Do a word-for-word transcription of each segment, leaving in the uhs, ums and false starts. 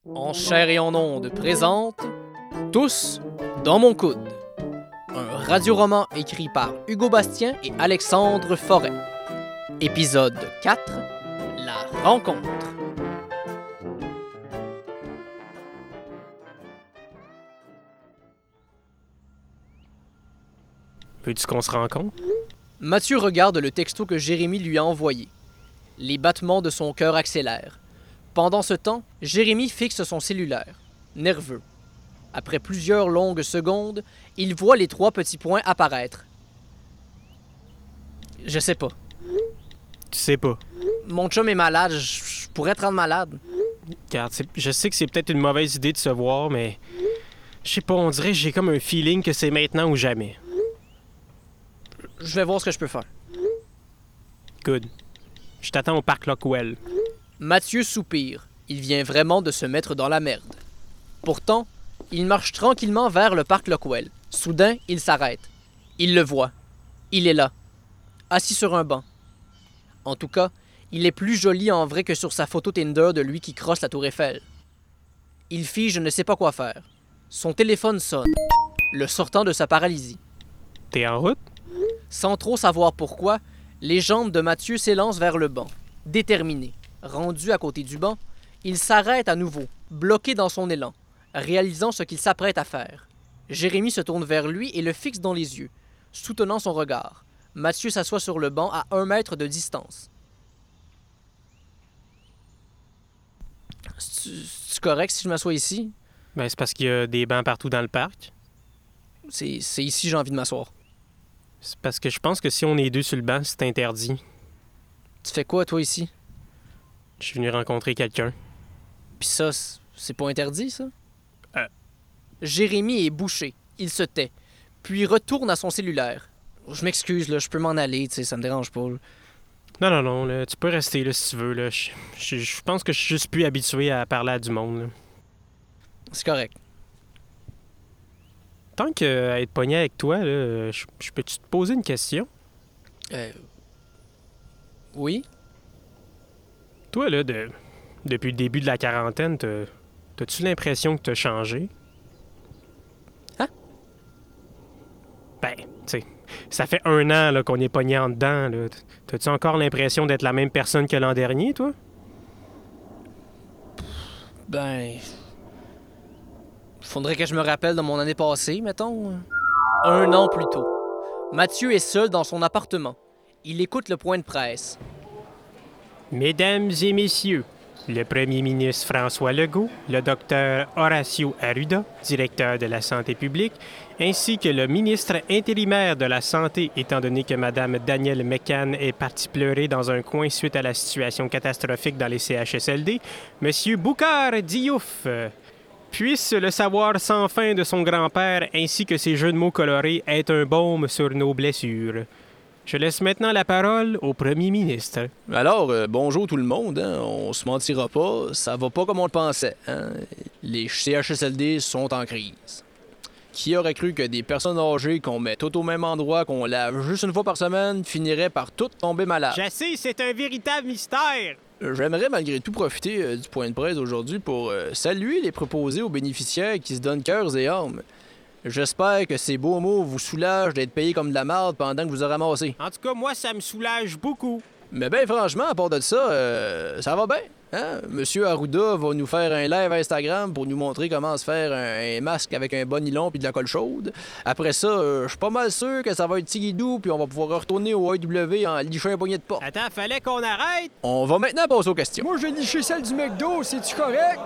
En chair et en ondes présente Tous dans mon coude. Un radioroman écrit par Hugo Bastien et Alexandre Forêt. Épisode quatre. La rencontre. Veux-tu qu'on se rencontre? Mathieu regarde le texto que Jérémy lui a envoyé. Les battements de son cœur accélèrent. Pendant ce temps, Jérémy fixe son cellulaire, nerveux. Après plusieurs longues secondes, il voit les trois petits points apparaître. Je sais pas. Tu sais pas. Mon chum est malade, je je pourrais te rendre malade. Regarde, c'est- je sais que c'est peut-être une mauvaise idée de se voir, mais... Je sais pas, on dirait que j'ai comme un feeling que c'est maintenant ou jamais. Je vais voir ce que je peux faire. Good. Je t'attends au parc Lockwell. Mathieu soupire. Il vient vraiment de se mettre dans la merde. Pourtant, il marche tranquillement vers le parc Lockwell. Soudain, il s'arrête. Il le voit. Il est là, assis sur un banc. En tout cas, il est plus joli en vrai que sur sa photo Tinder de lui qui crosse la tour Eiffel. Il fige je ne sais pas quoi faire. Son téléphone sonne, le sortant de sa paralysie. T'es en route? Sans trop savoir pourquoi, les jambes de Mathieu s'élancent vers le banc. Déterminé, rendu à côté du banc, il s'arrête à nouveau, bloqué dans son élan, réalisant ce qu'il s'apprête à faire. Jérémy se tourne vers lui et le fixe dans les yeux, soutenant son regard. Mathieu s'assoit sur le banc à un mètre de distance. C'est correct si je m'assois ici? Ben, c'est parce qu'il y a des bancs partout dans le parc. C'est c'est ici que j'ai envie de m'asseoir. C'est parce que je pense que si on est deux sur le banc, c'est interdit. Tu fais quoi, toi, ici? Je suis venu rencontrer quelqu'un. Pis ça, c- c'est pas interdit, ça? Euh. Jérémy est bouché. Il se tait, puis retourne à son cellulaire. Je m'excuse, là, je peux m'en aller, tu sais, ça me dérange pas. là. Non, non, non, là, tu peux rester là si tu veux. Là. Je, je- je pense que je suis juste plus habitué à parler à du monde. Là. C'est correct. Tant qu'à être pogné avec toi, là, je, je peux-tu te poser une question? Euh... Oui? Toi, là, de, depuis le début de la quarantaine, t'as- t'as-tu l'impression que t'as changé? Hein? Ben, tu sais, ça fait un an là, qu'on est pogné en dedans. Là. T'as-tu encore l'impression d'être la même personne que l'an dernier, toi? Ben... Faudrait que je me rappelle de mon année passée, mettons. Un an plus tôt. Mathieu est seul dans son appartement. Il écoute le point de presse. Mesdames et messieurs, le premier ministre François Legault, le docteur Horacio Arruda, directeur de la santé publique, ainsi que le ministre intérimaire de la Santé, étant donné que Mme Danielle McCann est partie pleurer dans un coin suite à la situation catastrophique dans les C H S L D, M. Boucard Diouf, puisse le savoir sans fin de son grand-père ainsi que ses jeux de mots colorés être un baume sur nos blessures. Je laisse maintenant la parole au premier ministre. Alors, euh, bonjour tout le monde, hein? On se mentira pas, ça va pas comme on le pensait. Hein? Les C H S L D sont en crise. Qui aurait cru que des personnes âgées qu'on met toutes au même endroit, qu'on lave juste une fois par semaine, finiraient par toutes tomber malades? Je sais, c'est un véritable mystère. J'aimerais malgré tout profiter euh, du point de presse aujourd'hui pour euh, saluer les proposés aux bénéficiaires qui se donnent cœurs et âmes. J'espère que ces beaux mots vous soulagent d'être payés comme de la marde pendant que vous aurez ramassé. En tout cas, moi, ça me soulage beaucoup. Mais ben franchement, à part de ça, euh, ça va bien. Hein? Monsieur Arruda va nous faire un live Instagram pour nous montrer comment se faire un, un masque avec un bon nylon puis de la colle chaude. Après ça, euh, je suis pas mal sûr que ça va être tigidou puis on va pouvoir retourner au A E W en lichant un poignet de porte. Attends, fallait qu'on arrête. On va maintenant passer aux questions. Moi, j'ai liché celle du McDo, c'est-tu correct?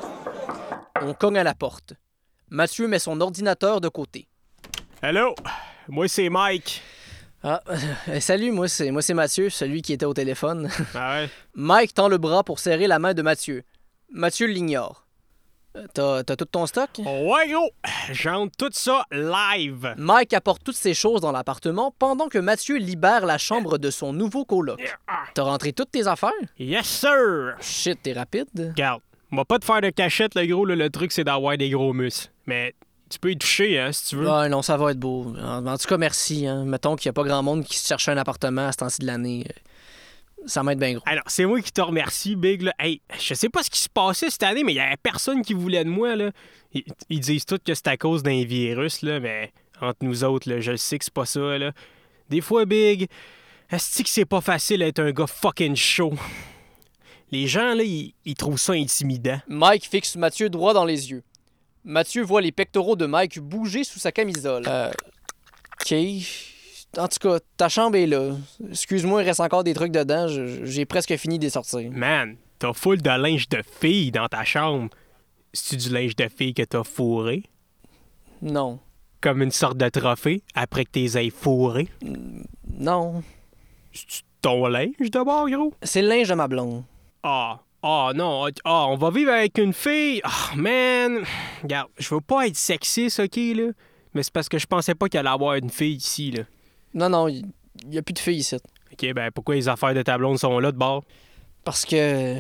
On cogne à la porte. Mathieu met son ordinateur de côté. Allô, moi, c'est Mike. Ah, euh, salut, moi c'est moi c'est Mathieu, celui qui était au téléphone. Ah ouais? Mike tend le bras pour serrer la main de Mathieu. Mathieu l'ignore. Euh, T'as t'as tout ton stock? Ouais, gros, j'entre tout ça live. Mike apporte toutes ses choses dans l'appartement pendant que Mathieu libère la chambre de son nouveau coloc. T'as rentré toutes tes affaires? Yes, sir. Shit, t'es rapide. Regarde, on va pas te faire de cachette, le gros, là, le truc, c'est d'avoir des gros muscles. Mais tu peux y toucher, hein, si tu veux. Ouais, non, ça va être beau. En, en tout cas, merci. Hein. Mettons qu'il y a pas grand monde qui se cherche un appartement à ce temps-ci de l'année. Ça m'aide bien gros. Alors, c'est moi qui te remercie, Big. Là. Hey, je sais pas ce qui se passait cette année, mais il y avait personne qui voulait de moi. Là. Ils, ils disent tous que c'est à cause d'un virus, là, mais entre nous autres, là, je sais que c'est pas ça. Là. Des fois, Big, est-ce que c'est pas facile d'être un gars fucking chaud? Les gens, là, ils, ils trouvent ça intimidant. Mike fixe Mathieu droit dans les yeux. Mathieu voit les pectoraux de Mike bouger sous sa camisole. Euh... OK. En tout cas, ta chambre est là. Excuse-moi, il reste encore des trucs dedans. J'ai presque fini de les sortir. Man, t'as full de linge de fille dans ta chambre. C'est-tu du linge de fille que t'as fourré? Non. Comme une sorte de trophée après que t'es aies fourré? Non. C'est-tu ton linge d'abord, gros? C'est le linge de ma blonde. Ah, ah non, ah, on va vivre avec une fille. Ah, man. Regarde, je veux pas être sexiste, OK, là? Mais c'est parce que je pensais pas qu'il allait y avoir une fille ici, là. Non, non, il n'y a plus de filles ici. OK, ben pourquoi les affaires de ta blonde sont là de bord? Parce que...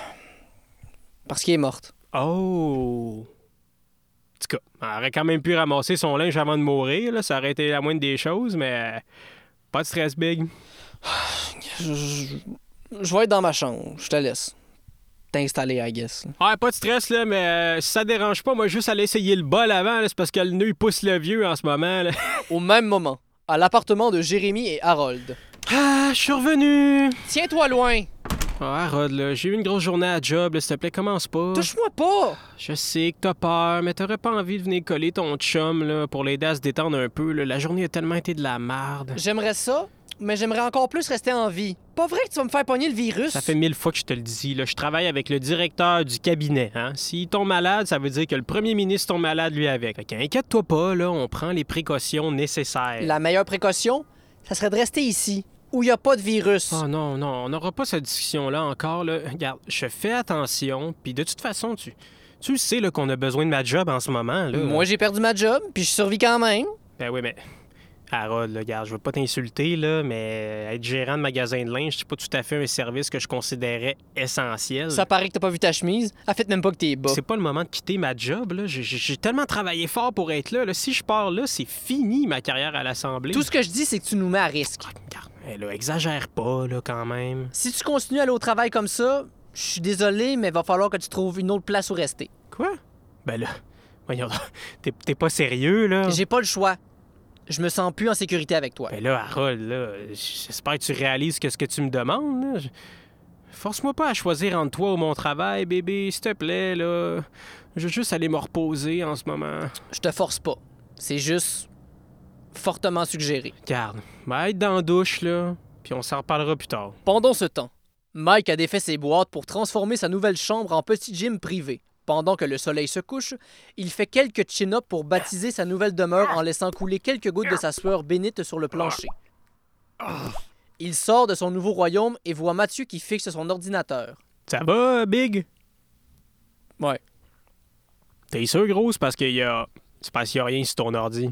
Parce qu'elle est morte. Oh! En tout cas, elle aurait quand même pu ramasser son linge avant de mourir, là. Ça aurait été la moindre des choses, mais... Pas de stress, Big. Je, je, je vais être dans ma chambre. Je te laisse. T'installer, I guess. Ouais, pas de stress, là, mais euh, si ça te dérange pas, moi, juste aller essayer le bol avant, là, c'est parce que le nœud, il pousse le vieux en ce moment, là. Au même moment, à l'appartement de Jérémy et Harold. Ah, je suis revenu! Tiens-toi loin! Ah, Harold, là, j'ai eu une grosse journée à job, là, s'il te plaît, commence pas. Touche-moi pas! Je sais que t'as peur, mais t'aurais pas envie de venir coller ton chum, là, pour l'aider à se détendre un peu, là. La journée a tellement été de la merde. J'aimerais ça, mais j'aimerais encore plus rester en vie. Pas vrai que tu vas me faire pogner le virus? Ça fait mille fois que je te le dis, là. Je travaille avec le directeur du cabinet, hein. S'il tombe malade, ça veut dire que le premier ministre tombe malade lui avec. OK, inquiète-toi pas, là, on prend les précautions nécessaires. La meilleure précaution, ça serait de rester ici, où il n'y a pas de virus. Oh non, non, on n'aura pas cette discussion-là encore, là. Regarde, je fais attention, puis de toute façon, tu, tu sais, là, qu'on a besoin de ma job en ce moment, là. Moi, j'ai perdu ma job, puis je survis quand même. Ben oui, mais... Harold, là, regarde, je veux pas t'insulter, là, mais être gérant de magasin de linge, c'est pas tout à fait un service que je considérais essentiel. Ça paraît que t'as pas vu ta chemise. Elle fait même pas que t'es bas. C'est pas le moment de quitter ma job, là. J'ai, j'ai tellement travaillé fort pour être là, là. Si je pars là, c'est fini ma carrière à l'Assemblée. Tout ce que je dis, c'est que tu nous mets à risque. Ah, regarde, hey, là, exagère pas, là, quand même. Si tu continues à aller au travail comme ça, je suis désolé, mais il va falloir que tu trouves une autre place où rester. Quoi? Ben là, voyons, t'es, t'es pas sérieux, là? J'ai pas le choix. Je me sens plus en sécurité avec toi. Ben là, Harold, là, j'espère que tu réalises que ce que tu me demandes, là. Je... Force-moi pas à choisir entre toi ou mon travail, bébé, s'il te plaît, là. Je veux juste aller me reposer en ce moment. Je te force pas. C'est juste fortement suggéré. Regarde, va être dans la douche, là, puis on s'en reparlera plus tard. Pendant ce temps, Mike a défait ses boîtes pour transformer sa nouvelle chambre en petit gym privé. Pendant que le soleil se couche, il fait quelques chin-ups pour baptiser sa nouvelle demeure en laissant couler quelques gouttes de sa sueur bénite sur le plancher. Il sort de son nouveau royaume et voit Mathieu qui fixe son ordinateur. Ça va, Big? Ouais. T'es sûr, gros? C'est parce qu'il y a... C'est parce qu'il y a rien sur ton ordi.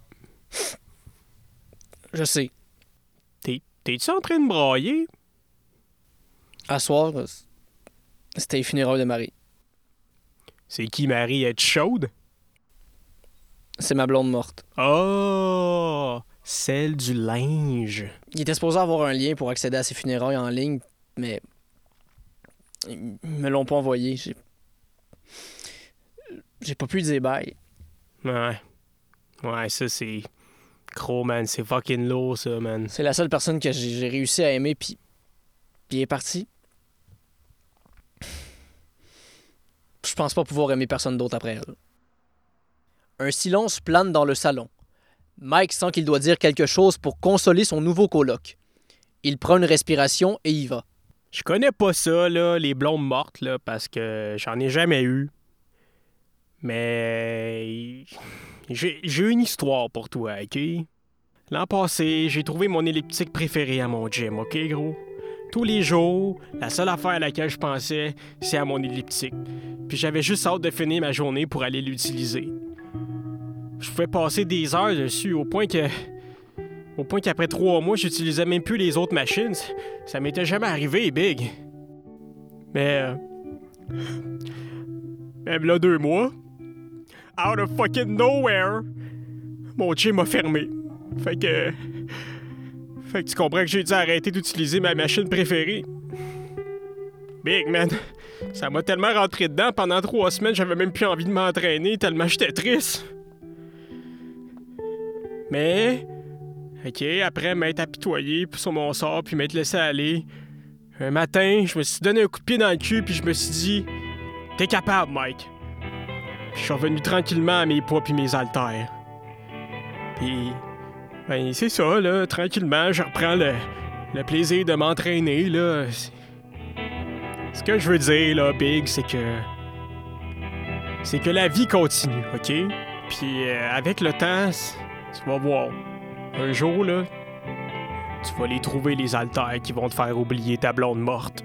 Je sais. T'es... T'es-tu en train de brailler? À soir, c'était les funérailles de Marie. C'est qui, Marie? Est chaude? C'est ma blonde morte. Oh! Celle du linge. Il était supposé avoir un lien pour accéder à ses funérailles en ligne, mais ils me l'ont pas envoyé. J'ai j'ai pas pu dire bye. Ouais. Ouais, ça, c'est... Gros, man. C'est fucking lourd, ça, man. C'est la seule personne que j'ai j'ai réussi à aimer, puis puis il est parti. Je pense pas pouvoir aimer personne d'autre après elle. Un silence plane dans le salon. Mike sent qu'il doit dire quelque chose pour consoler son nouveau coloc. Il prend une respiration et y va. Je connais pas ça, là, les blondes mortes, là, parce que j'en ai jamais eu. Mais... J'ai, j'ai une histoire pour toi, OK? L'an passé, j'ai trouvé mon elliptique préféré à mon gym, OK, gros? Tous les jours, la seule affaire à laquelle je pensais, c'est à mon elliptique. Puis j'avais juste hâte de finir ma journée pour aller l'utiliser. Je pouvais passer des heures dessus au point que... Au point qu'après trois mois, j'utilisais même plus les autres machines. Ça m'était jamais arrivé, Big. Mais... Euh... Même là, deux mois... Out of fucking nowhere... Mon gym a fermé. Fait que... Fait que tu comprends que j'ai dû arrêter d'utiliser ma machine préférée. Big, man, ça m'a tellement rentré dedans, pendant trois semaines, j'avais même plus envie de m'entraîner tellement j'étais triste. Mais, ok, après m'être apitoyé sur mon sort puis m'être laissé aller, un matin, je me suis donné un coup de pied dans le cul puis je me suis dit, t'es capable, Mike. Puis je suis revenu tranquillement à mes poids puis mes haltères. Puis, ben c'est ça, là, tranquillement, je reprends le, le plaisir de m'entraîner, là. Ce que je veux dire, là, Big, c'est que... C'est que la vie continue, OK? Puis euh, avec le temps, tu vas voir. Un jour, là, tu vas les trouver, les haltères qui vont te faire oublier ta blonde morte.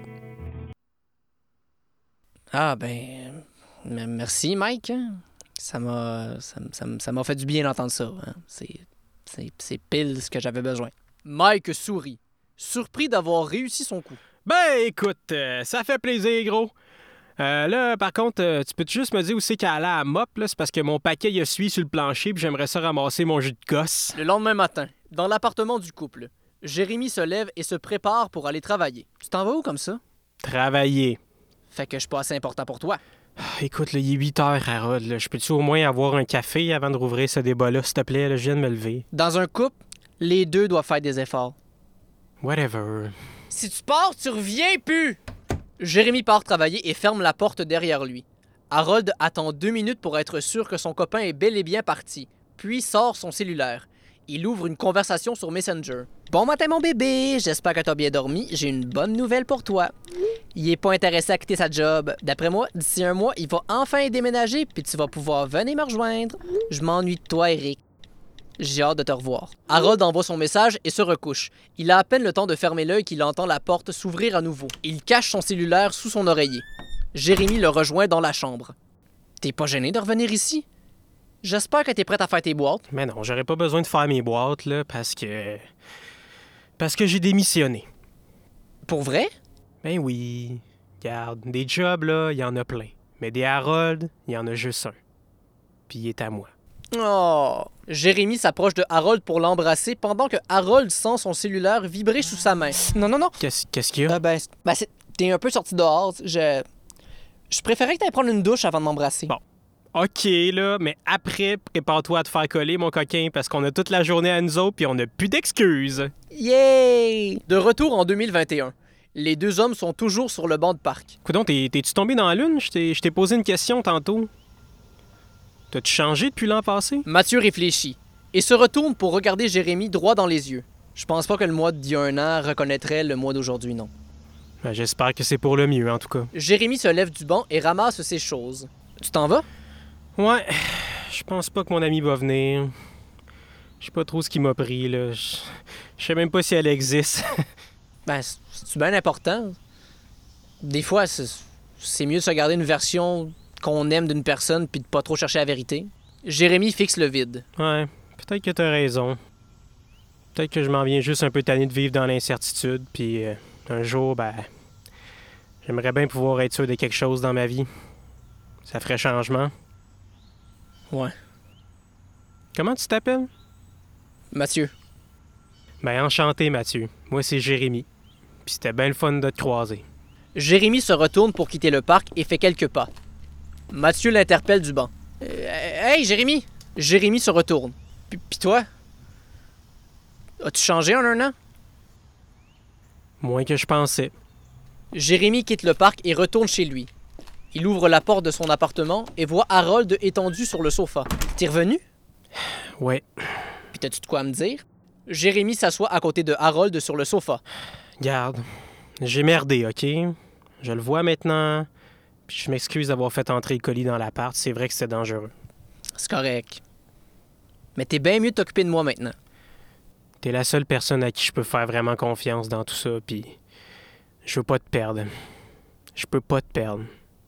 Ah, ben... m- Merci, Mike. Ça m'a... Ça, m- ça m- ça m'a fait du bien d'entendre ça. Hein. C'est... C'est... C'est pile ce que j'avais besoin. Mike sourit, surpris d'avoir réussi son coup. Ben, écoute, euh, ça fait plaisir, gros. Euh, là, par contre, euh, tu peux juste me dire où c'est qu'elle allait à mop, là? C'est parce que mon paquet, il a suivi sur le plancher, puis j'aimerais ça ramasser mon jus de gosse. Le lendemain matin, dans l'appartement du couple, Jérémy se lève et se prépare pour aller travailler. Tu t'en vas où comme ça? Travailler. Fait que je suis pas assez important pour toi. Ah, écoute, là, il est huit heures, Harold. Là. Je peux-tu au moins avoir un café avant de rouvrir ce débat-là, s'il te plaît? Là, je viens de me lever. Dans un couple, les deux doivent faire des efforts. Whatever. Si tu pars, tu reviens plus! Jérémy part travailler et ferme la porte derrière lui. Harold attend deux minutes pour être sûr que son copain est bel et bien parti, puis sort son cellulaire. Il ouvre une conversation sur Messenger. « Bon matin mon bébé, j'espère que t'as bien dormi, j'ai une bonne nouvelle pour toi. Il est pas intéressé à quitter sa job. D'après moi, d'ici un mois, il va enfin déménager, puis tu vas pouvoir venir me rejoindre. Je m'ennuie de toi, Eric. J'ai hâte de te revoir. » Harold envoie son message et se recouche. Il a à peine le temps de fermer l'œil qu'il entend la porte s'ouvrir à nouveau. Il cache son cellulaire sous son oreiller. Jérémy le rejoint dans la chambre. « T'es pas gêné de revenir ici? J'espère que t'es prête à faire tes boîtes. » Mais non, j'aurais pas besoin de faire mes boîtes, là, parce que... Parce que j'ai démissionné. Pour vrai? Ben oui. Regarde, des jobs, là, il y en a plein. Mais des Harold, il y en a juste un. Puis il est à moi. Oh! Jérémy s'approche de Harold pour l'embrasser pendant que Harold sent son cellulaire vibrer sous sa main. Non, non, non. Qu'est-ce qu'est-ce qu'il y a? Euh, ben, c'est- ben c'est- t'es un peu sorti dehors. Je... Je préférais que t'ailles prendre une douche avant de m'embrasser. Bon. OK, là, mais après, prépare-toi à te faire coller, mon coquin, parce qu'on a toute la journée à nous autres, puis on n'a plus d'excuses. Yay! De retour en deux mille vingt et un. Les deux hommes sont toujours sur le banc de parc. Coudon, t'es- t'es-tu tombé dans la lune? Je t'ai je t'ai posé une question tantôt. T'as-tu changé depuis l'an passé? Mathieu réfléchit et se retourne pour regarder Jérémy droit dans les yeux. Je pense pas que le mois d'il y a un an reconnaîtrait le mois d'aujourd'hui, non. Ben, j'espère que c'est pour le mieux, en tout cas. Jérémy se lève du banc et ramasse ses choses. Tu t'en vas? Ouais, je pense pas que mon ami va venir. Je sais pas trop ce qu'il m'a pris, là. Je je sais même pas si elle existe. Ben, c- c'est bien important. Des fois, c'est c'est mieux de se garder une version qu'on aime d'une personne puis de pas trop chercher la vérité. Jérémy fixe le vide. Ouais, peut-être que t'as raison. Peut-être que je m'en viens juste un peu tanné de vivre dans l'incertitude, puis euh, un jour, ben, j'aimerais bien pouvoir être sûr de quelque chose dans ma vie. Ça ferait changement. Ouais. Comment tu t'appelles? Mathieu. Ben, enchanté, Mathieu. Moi, c'est Jérémy. Puis c'était bien le fun de te croiser. Jérémy se retourne pour quitter le parc et fait quelques pas. Mathieu l'interpelle du banc. Euh, hey, Jérémy! Jérémy se retourne. Puis puis toi? As-tu changé en un an? Moins que je pensais. Jérémy quitte le parc et retourne chez lui. Il ouvre la porte de son appartement et voit Harold étendu sur le sofa. T'es revenu? Ouais. Puis t'as-tu de quoi à me dire? Jérémy s'assoit à côté de Harold sur le sofa. Garde. J'ai merdé, OK? Je le vois maintenant. Puis je m'excuse d'avoir fait entrer le colis dans l'appart. C'est vrai que c'était dangereux. C'est correct. Mais t'es bien mieux de t'occuper de moi maintenant. T'es la seule personne à qui je peux faire vraiment confiance dans tout ça, puis je veux pas te perdre. Je peux pas te perdre.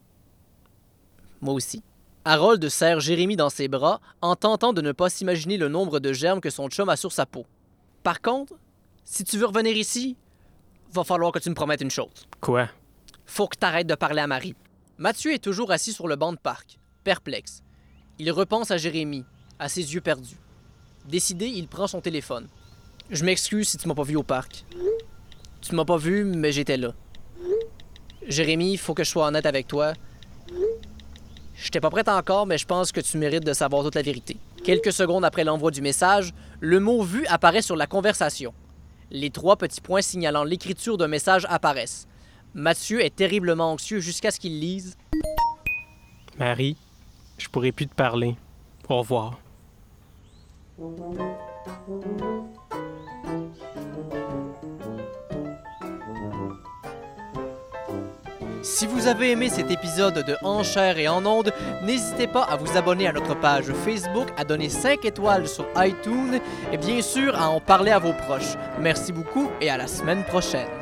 Moi aussi. Harold serre Jérémy dans ses bras en tentant de ne pas s'imaginer le nombre de germes que son chum a sur sa peau. Par contre, si tu veux revenir ici, va falloir que tu me promettes une chose. Quoi? Faut que t'arrêtes de parler à Marie. Mathieu est toujours assis sur le banc de parc, perplexe. Il repense à Jérémy, à ses yeux perdus. Décidé, il prend son téléphone. Je m'excuse si tu m'as pas vu au parc. Tu m'as pas vu, mais j'étais là. Jérémy, il faut que je sois honnête avec toi. J'étais pas prête encore, mais je pense que tu mérites de savoir toute la vérité. Quelques secondes après l'envoi du message, le mot « vu » apparaît sur la conversation. Les trois petits points signalant l'écriture d'un message apparaissent. Mathieu est terriblement anxieux jusqu'à ce qu'il lise « Marie, je pourrai plus te parler. Au revoir. » Si vous avez aimé cet épisode de En chair et en ondes, n'hésitez pas à vous abonner à notre page Facebook, à donner cinq étoiles sur iTunes et bien sûr à en parler à vos proches. Merci beaucoup et à la semaine prochaine.